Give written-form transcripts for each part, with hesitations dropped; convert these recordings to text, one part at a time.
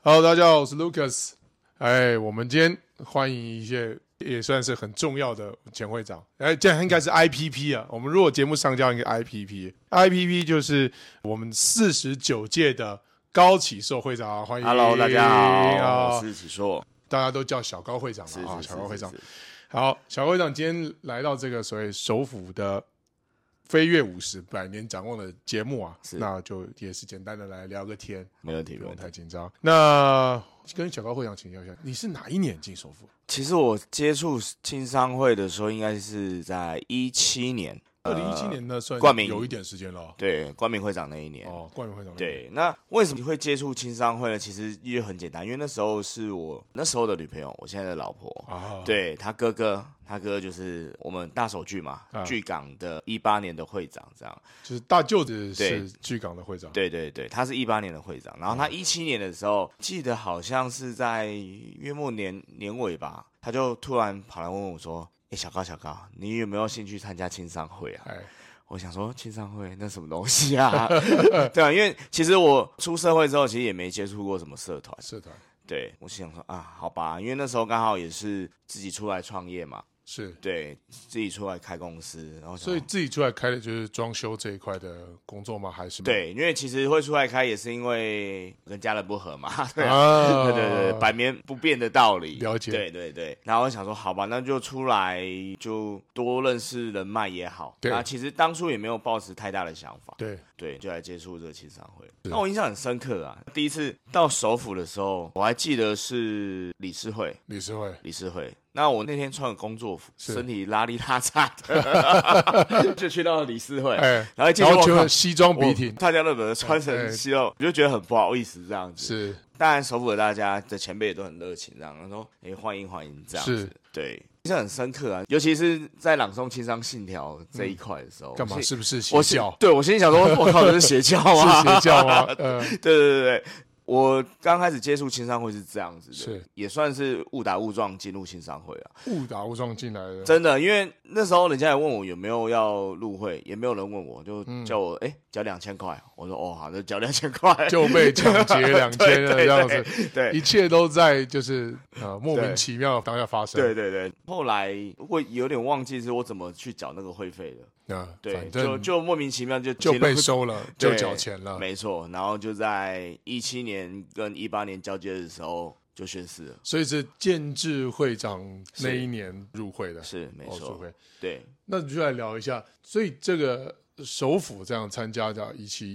Hello， 大家好，我是 Lucas。我们今天欢迎一些也算是很重要的前会长。这样应该是 IPP 啊。我们如果节目上叫应该 IPP。IPP 就是我们49届的高启硕会长，欢迎。 Hello， 大家好，我是启硕。 大家都叫小高会长嘛，小高会长。好，小高会长今天来到这个所谓首府的飞跃50百年展望的节目啊，那就也是简单的来聊个天， 没问题， 不用太紧张。那跟小高会长请教一下，你是哪一年进首府？ 其实我接触青商会的时候，应该是在2017年。 2017年呢，算冠名有一点时间了。 对，冠名会长那一年。 冠名会长那一年。 对，那为什么会接触青商会呢？其实也很简单，因为那时候是我那时候的女朋友，我现在的老婆。对，他哥哥就是我们大手剧嘛，巨港的18年的会长，这样。 就是大舅子是巨港的会长。 对，他是18年的会长，然后他17年的时候，记得好像是在约莫年尾吧，他就突然跑来问我说：“小高，你有没有兴趣参加青商会啊？”我想说青商会那什么东西啊？对啊，因为其实我出社会之后，其实也没接触过什么社团。对，我想说啊，好吧，因为那时候刚好也是自己出来创业嘛。是，对，自己出来开公司，然后所以自己出来开的就是装修这一块的工作吗？还是对，因为其实会出来开也是因为跟家人不合嘛，对，百年不变的道理， 了解， 对，然后我想说，好吧，那就出来就多认识人脉也好，那其实当初也没有抱持太大的想法，对，就来接触这个青商会。那我印象很深刻啊，第一次到首府的时候，我还记得是理事会。那我那天穿个工作服，身体邋里邋遢的，就去到了理事会，然后就西装笔挺， 大家都穿成西装，我就觉得很不好意思这样子。 是， 当然首府的大家的前辈也都很热情，这样说欢迎这样子。对，印象很深刻啊，尤其是在朗诵青商信条这一块的时候， 干嘛？是不是邪教？ 对，我心里想说，我靠，这是邪教吗？ 是邪教吗？ 对。我刚开始接触青商会是这样子的，也算是误打误撞进入青商会啊。 误打误撞进来的， 真的，因为那时候人家也问我有没有要入会，也没有人问我，就叫我交2000块。我说好，那交2000块就被抢劫2000了这样子。对，一切都在就是莫名其妙的当下发生。 对。后来我有点忘记是我怎么去缴那个会费的。对，就莫名其妙就被收了，就缴钱了， 没错。然后就在17年跟18年交接的时候就宣誓了， 所以是建制会长那一年入会的， 是没错。对， 那就来聊一下，所以这个首府这样参加的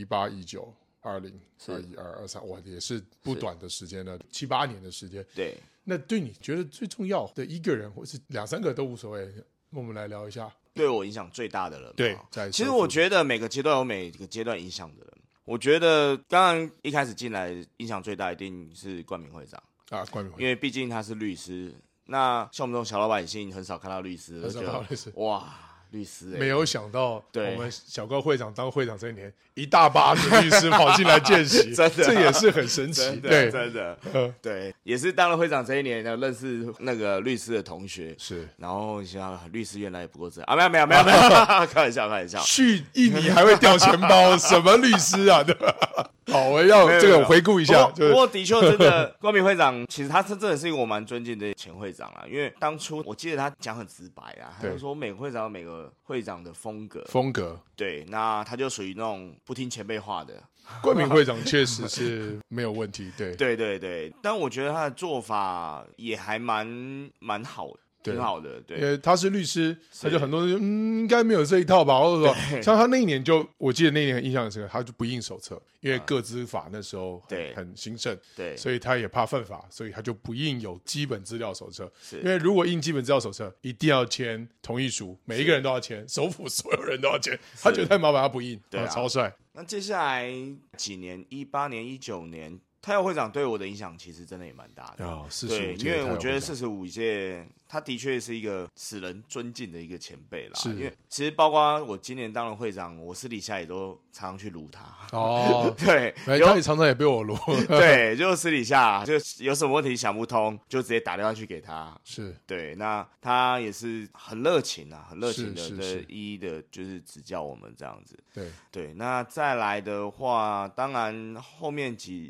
17、18、19、20、21、22、23，哇，也是不短的时间了，7、8年的时间。 对， 那对你觉得最重要的一个人，或是2、3个都无所谓，我们来聊一下。 对我影响最大的人， 对， 其实我觉得每个阶段有每个阶段影响的人。我觉得刚刚一开始进来影响最大一定是冠名会长啊，冠名会长， 因为毕竟他是律师。那像我们这种小老百姓很少看到律师，哇，律师没有想到，我们小高会长当会长这一年，一大把的律师跑进来见习， 真的， 这也是很神奇。对， 真的，对，也是当了会长这一年，认识那个律师的同学， 是， 然后你想律师原来也不过这样啊，没有，开玩笑， 去印尼还会掉钱包，什么律师啊？对吧？好，我要这个回顾一下。 不过的确，真的冠名会长，其实他真的是一个我蛮尊敬的前会长啦。因为当初我记得他讲很直白啊，他就说每个会长有每个会长的风格。对，那他就属于那种不听前辈话的。 冠名会长确实是没有问题， 对。但我觉得他的做法也还蛮好的。挺好的，对， 因为他是律师，他就很多人应该没有这一套吧，或者说像他那一年我记得那一年很印象很深刻，他就不印手册，因为个资法那时候很兴盛， 对， 所以他也怕犯法，所以他就不印有基本资料手册，因为如果印基本资料手册，一定要签同意书，每一个人都要签，首府所有人都要签，他觉得太麻烦，他不印，对，超帅。 那接下来几年，18年、19年。太阳会长对我的影响其实真的也蛮大的对， 因为我觉得45届他的确是一个使人尊敬的一个前辈啦。因为其实包括我今年当了会长，我私底下也都常常去撸他。对， 他也常常也被我撸。 对，就私底下就有什么问题想不通，就直接打电话去给他。对，那他也是很热情啊，很热情的一一的就是指教我们这样子。对，那再来的话，当然后面几位。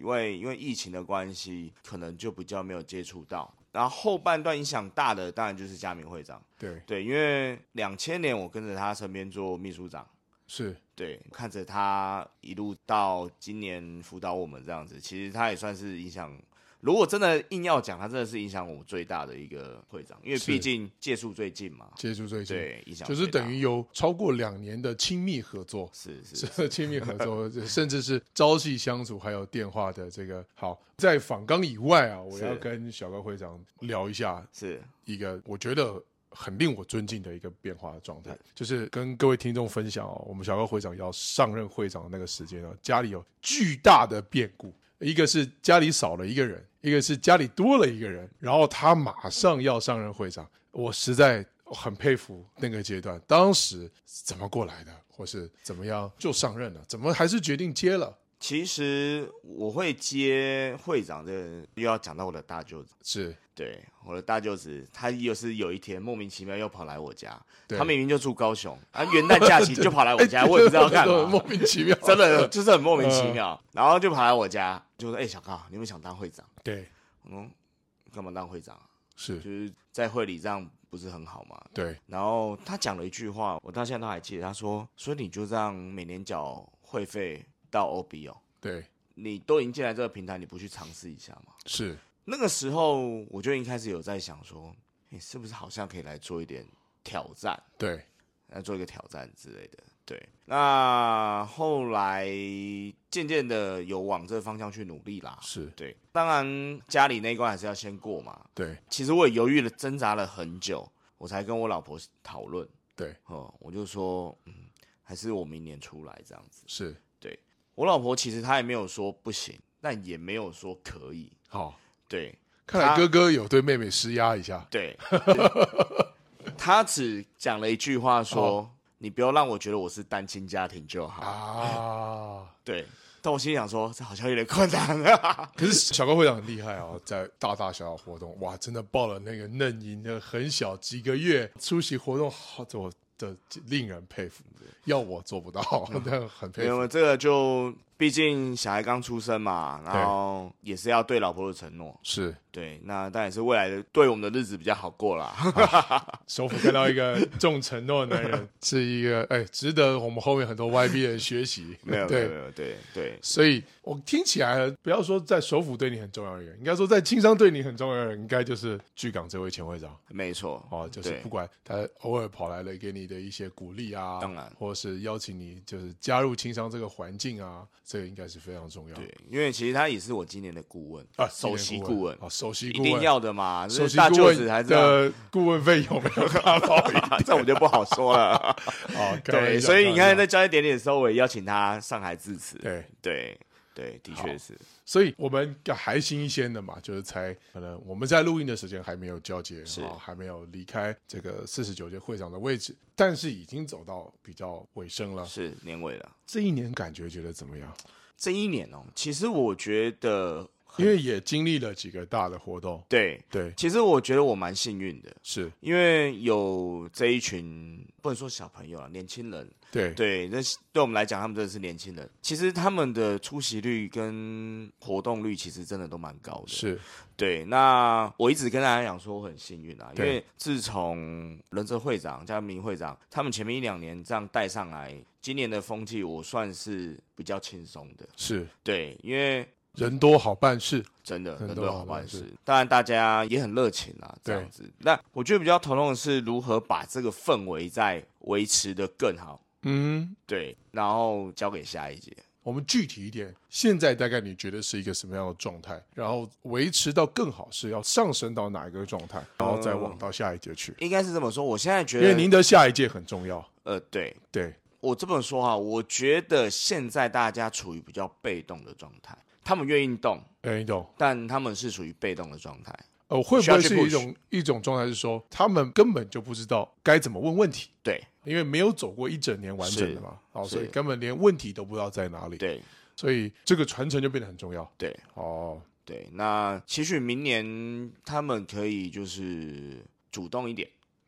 因为疫情的关系，可能就比较没有接触到。然后后半段影响大的，当然就是嘉明会长。对，因为2000年我跟着他身边做秘书长， 是对，看着他一路到今年辅导我们这样子，其实他也算是影响。如果真的硬要讲，他真的是影响我最大的一个会长，因为毕竟接触最近嘛，对，影响就是等于有超过2年的亲密合作， 是亲密合作，甚至是朝夕相处，还有电话的这个。好，在访纲以外啊，我要跟小高会长聊一下，是一个我觉得很令我尊敬的一个变化的状态，就是跟各位听众分享我们小高会长要上任会长的那个时间家里有巨大的变故。一个是家里少了一个人，一个是家里多了一个人，然后他马上要上任会长，我实在很佩服那个阶段，当时怎么过来的，或是怎么样就上任了，怎么还是决定接了？ 其实我会接会长又要讲到我的大舅子， 是对我的大舅子，他又是有一天莫名其妙又跑来我家，他明明就住高雄，元旦假期就跑来我家，我也不知道干嘛， 莫名其妙， 真的就是很莫名其妙，然后就跑来我家，就说：“小高，你有没有想当会长？” 对， 干嘛当会长啊？ 是就是在会里这样不是很好吗？ 对， 然后他讲了一句话，我到现在都还记得，他说：“所以你就这样每年缴会费。”到 OB 对， 你都已经进来这个平台，你不去尝试一下吗？ 是那个时候，我就一开始有在想说，是不是好像可以来做一点挑战？ 对， 来做一个挑战之类的。对，那后来渐渐的有往这个方向去努力啦。 是对，当然家里那一关还是要先过嘛。 对， 其实我也犹豫了挣扎了很久，我才跟我老婆讨论。 对， 我就说，还是我明年出来这样子。 是。 我老婆其实她也没有说不行，但也没有说可以。 好， 对， 看来哥哥有对妹妹施压一下。 对，他只讲了一句话说：“你不要让我觉得我是单亲家庭就好。”对。但我心里想说，这好像有点困难啊。 可是小高会长很厉害在大大小小活动，哇，真的抱了那个嫩婴，那个很小几个月出席活动，好，的令人佩服，要我做不到，但很佩服。 因为这个就毕竟小孩刚出生嘛，然后也是要对老婆的承诺， 是对，那当然是未来的对我们的日子比较好过啦。 首府看到一个重承诺的男人，是一个值得我们后面很多 YB 的人学习。 没有，对。 所以我听起来，不要说在首府对你很重要的人，应该说在青商对你很重要的人，应该就是巨港这位前会长。 没错， 就是不管他偶尔跑来了给你的一些鼓励啊， 当然， 或是邀请你就是加入青商这个环境啊，这个应该是非常重要的。 对，因为其实他也是我今年的顾问首席顾问， 首席顾问一定要的嘛。 首席大顾问的顾问费有没有大包一点？ 这我就不好说了。对，所以你看在交接典礼的时候，我也邀请他上台致辞。对，的确是。 所以我们还新一些的嘛，就是可能我们在录音的时间还没有交接，还没有离开这个49届会长的位置，但是已经走到比较尾声了， 是年尾了。 这一年感觉得怎么样？ 这一年其实我觉得， 因为也经历了几个大的活动， 对，其实我觉得我蛮幸运的， 是因为有这一群不能说小朋友年轻人，对，那对我们来讲，他们真的是年轻人。其实他们的出席率跟活动率其实真的都蛮高的， 是对。那我一直跟大家讲说，我很幸运因为自从仁哲会长加明会长他们前面1-2年这样带上来，今年的风气我算是比较轻松的， 是对，因为人多好办事， 真的人多好办事。当然大家也很热情啦，这样子。那我觉得比较头痛的是如何把这个氛围再维持得更好。对，然后交给下一届。 我们具体一点，现在大概你觉得是一个什么样的状态？然后维持到更好是要上升到哪一个状态？然后再往到下一届去？ 应该是这么说。我现在觉得， 因为您的下一届很重要。 对。 我这么说我觉得现在大家处于比较被动的状态。他们愿意动，但他们是属于被动的状态。 会不会是一种状态是说，他们根本就不知道该怎么问问题？ 对， 因为没有走过一整年完整的嘛，所以根本连问题都不知道在哪里。 对， 所以这个传承就变得很重要。 对，对，那期许明年他们可以就是主动一点。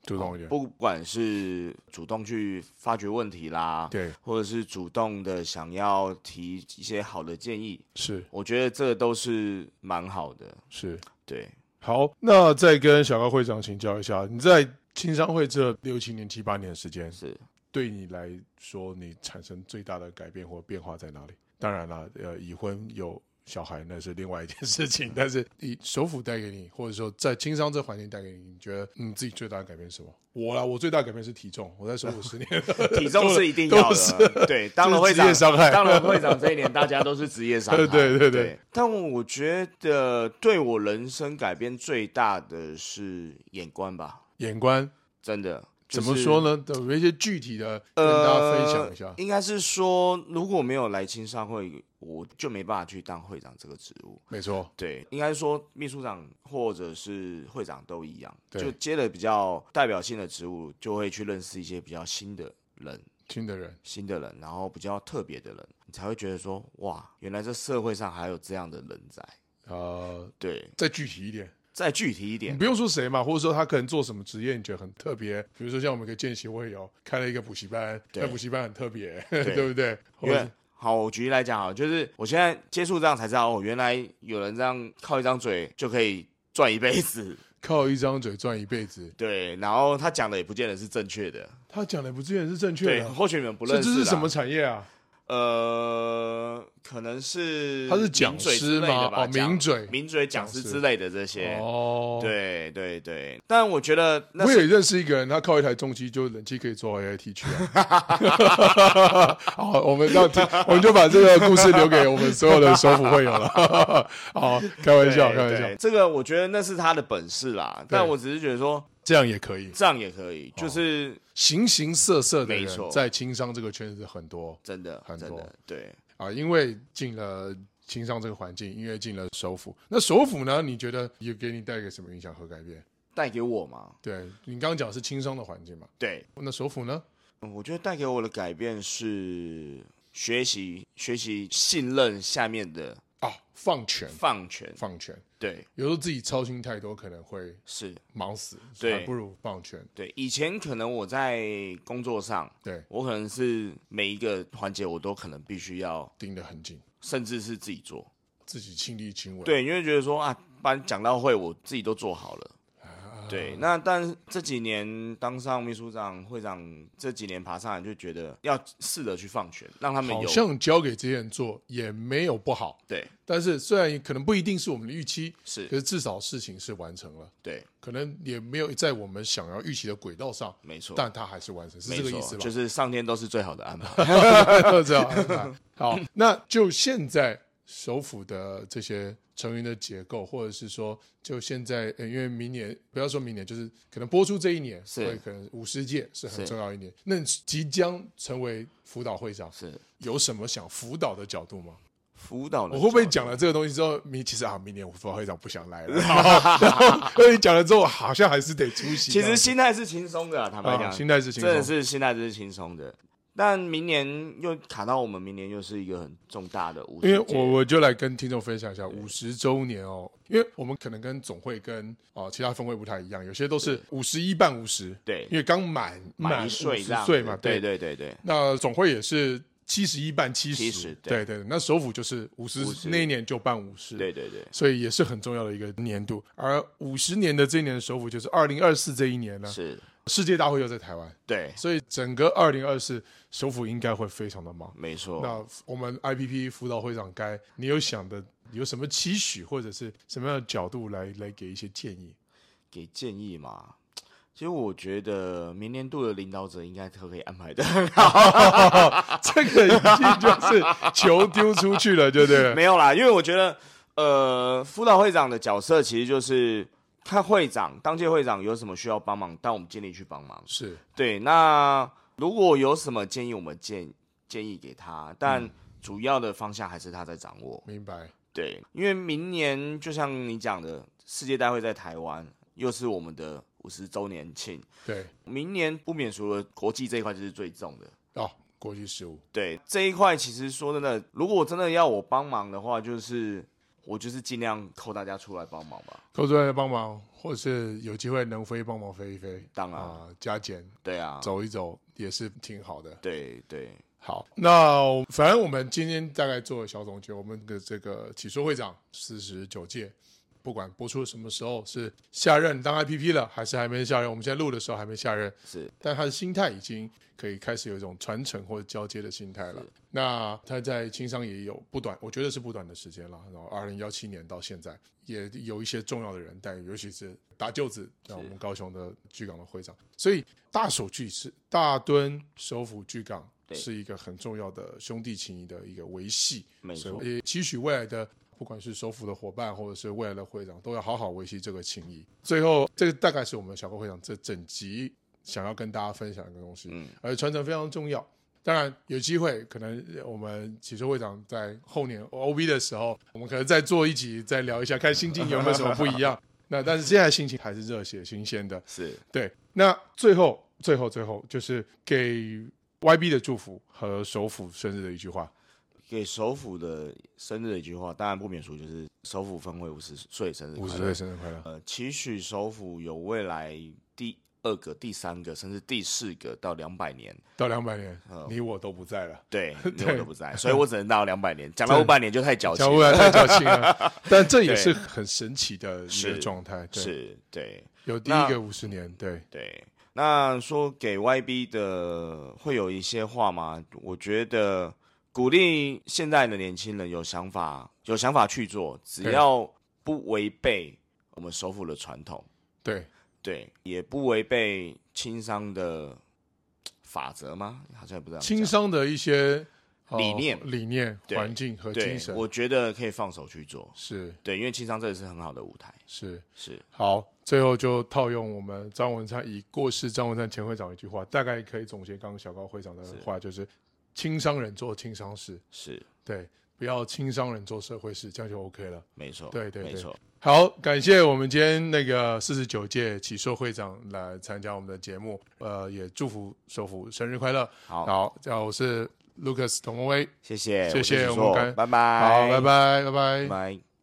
主动一点， 不管是主动去发掘问题啦， 对， 或者是主动的想要提一些好的建议， 是我觉得这都是蛮好的。 是。 对， 好，那再跟小高会长请教一下，你在青商会这6、7年、7、8年的时间， 是对你来说，你产生最大的改变或变化在哪里？当然啦，已婚有小孩那是另外一件事情，但是以首府带给你，或者说在青商这环境带给你，你觉得你自己最大的改变是什么？我最大的改变是体重，我在首府10年， 体重是一定要的。对，当了会长，当了会长这一年，大家都是职业伤害。对。但我觉得对我人生改变最大的是眼光吧。 眼光真的。 怎么说呢？有一些具体的跟大家分享一下。 应该是说，如果没有来青商会，我就没办法去当会长这个职务。 没错， 对，应该说秘书长或者是会长都一样，就接了比较代表性的职务，就会去认识一些比较新的人，然后比较特别的人，你才会觉得说，哇，原来这社会上还有这样的人在。对， 再具体一点。 再具体一点， 你不用说谁嘛，或者说他可能做什么职业，你觉得很特别。比如说像我们一个健协会有开了一个补习班，那补习班很特别，对不对？ 好，我举例来讲啊，就是我现在接触这样才知道，哦，原来有人这样靠一张嘴就可以赚一辈子， 靠一张嘴赚一辈子。 对，然后他讲的也不见得是正确的， 他讲的不见得是正确的， 对，或许你们不认识。 这是什么产业啊？ 可能是他是讲师吗？ 名嘴讲师之类的这些。对对对。但我觉得我也认识一个人，他靠一台重机就冷气可以做 AIT 去啊。好，我们就把这个故事留给我们所有的首府会友了。好，开玩笑。 这个我觉得那是他的本事啦，但我只是觉得说。 这样也可以， 就是形形色色的人在青商这个圈子很多， 真的很多，对啊，因为进了青商这个环境，因为进了首府，那首府呢？你觉得有给你带给什么影响和改变？ 带给我吗？ 对你刚刚讲是青商的环境嘛？ 对， 那首府呢？ 我觉得带给我的改变是学习信任下面的。 放权， 对， 有时候自己操心太多，可能会是忙死， 对， 还不如放权。 对，以前可能我在工作上， 对我可能是每一个环节我都可能必须要盯得很紧， 甚至是自己做， 自己亲力亲为。 对，因为觉得说啊，把讲到会，我自己都做好了。对，那但这几年当上秘书长、会长，这几年爬上来就觉得要试着去放权，让他们有好像交给这些人做也没有不好， 对。 但是虽然可能不一定是我们的预期， 是， 可是至少事情是完成了， 对。 可能也没有在我们想要预期的轨道上， 没错， 但它还是完成，是这个意思吧？ 就是上天都是最好的安排， 都最好的安排。好，那就现在首府的这些成员的结构，或者是说，就现在，因为明年不要说明年，就是可能播出这一年，会可能50届是很重要一年。那即将成为辅导会长， 是有什么想辅导的角度吗？ 辅导的， 我会不会讲了这个东西之后，其实明年辅导会长不想来了，然后你讲了之后，好像还是得出席。 其实心态是轻松的，坦白讲， 心态是轻松， 真的是心态是轻松的。但明年又卡到我们，明年又是一个很重大的50届， 因为我就来跟听众分享一下50周年哦，因为我们可能跟总会跟其他分会不太一样，有些都是51办50， 对， 因为刚满50岁嘛， 对。 那总会也是71办70，对，那首府就是50那一年就办50， 对， 所以也是很重要的一个年度。而50年的这一年的首府就是2024这一年呢，是世界大会又在台湾， 对， 所以整个2024首府应该会非常的忙， 没错。 那我们 IPP 辅导会长你有想的有什么期许，或者是什么样的角度来给一些建议？ 给建议嘛？其实我觉得明年度的领导者应该都可以安排的很好， 这个已经就是球丢出去了，对不对？ 没有啦，因为我觉得辅导会长的角色其实就是看会长当届会长有什么需要帮忙，但我们尽力去帮忙。 是对。 那如果有什么建议，我们建议给他，但主要的方向还是他在掌握。 明白。 对，因为明年就像你讲的，世界大会在台湾，又是我们的50周年庆。 对， 明年不免除了国际这一块就是最重的哦，国际事务。 对，这一块其实说真的，如果真的要我帮忙的话，就是我就是尽量扣大家出来帮忙吧。 扣出来帮忙，或者是有机会能飞帮忙飞一飞， 当然加减， 对啊， 走一走也是挺好的。 对对， 好，那反正我们今天大概做了小总结，我们的这个起说会长49届。不管播出什么时候是下任当 IPP 了，还是还没下任，我们现在录的时候还没下任， 是， 但他的心态已经可以开始有一种传承或者交接的心态了。那他在青商也有不短，我觉得是不短的时间了。然后2017年到现在，也有一些重要的人带，尤其是大舅子，我们高雄的巨港的会长，所以大手巨是大墩首府巨港是一个很重要的兄弟情谊的一个维系， 没错， 也期许未来的。不管是首府的伙伴，或者是未来的会长，都要好好维系这个情谊。最后，这个大概是我们小高会长这整集想要跟大家分享的一个东西，而传承非常重要。当然，有机会可能我们起说会长在后年 OB 的时候，我们可能再做一集，再聊一下，看心境有没有什么不一样。那但是现在心情还是热血新鲜的， 是对。那最后就是给 YB 的祝福和首府生日的一句话。 给首府的生日的一句话，当然不免俗，就是首府分会50岁生日快乐 ，50岁生日快乐。 期许首府有未来第2个、第3个，甚至第4个到200年， 到200年，你我都不在了。 对，你我都不在，所以我只能到200年。讲到500年就太矫情了，太矫情了。但这也是很神奇的一个状态。 是，对， 有第一个50年，对对。那说给 YB 的会有一些话吗？我觉得。鼓励现在的年轻人有想法去做，只要不违背我们首府的传统，对，也不违背青商的法则吗？好像也不知道。 青商的一些理念、环境和精神， 我觉得可以放手去做。 是对，因为青商这也是很好的舞台。 是好， 最后就套用我们张文灿已过世张文灿前会长一句话，大概可以总结刚刚小高会长的话，就是青商人做青商事， 是对，不要青商人做社会事，这样就 OK 了。 没错， 对， 没错。 好，感谢我们今天那个49届起说会长来参加我们的节目，也祝福首府生日快乐。好，我是 Lucas 童文威， 谢谢， 我们拜拜， 好，拜拜。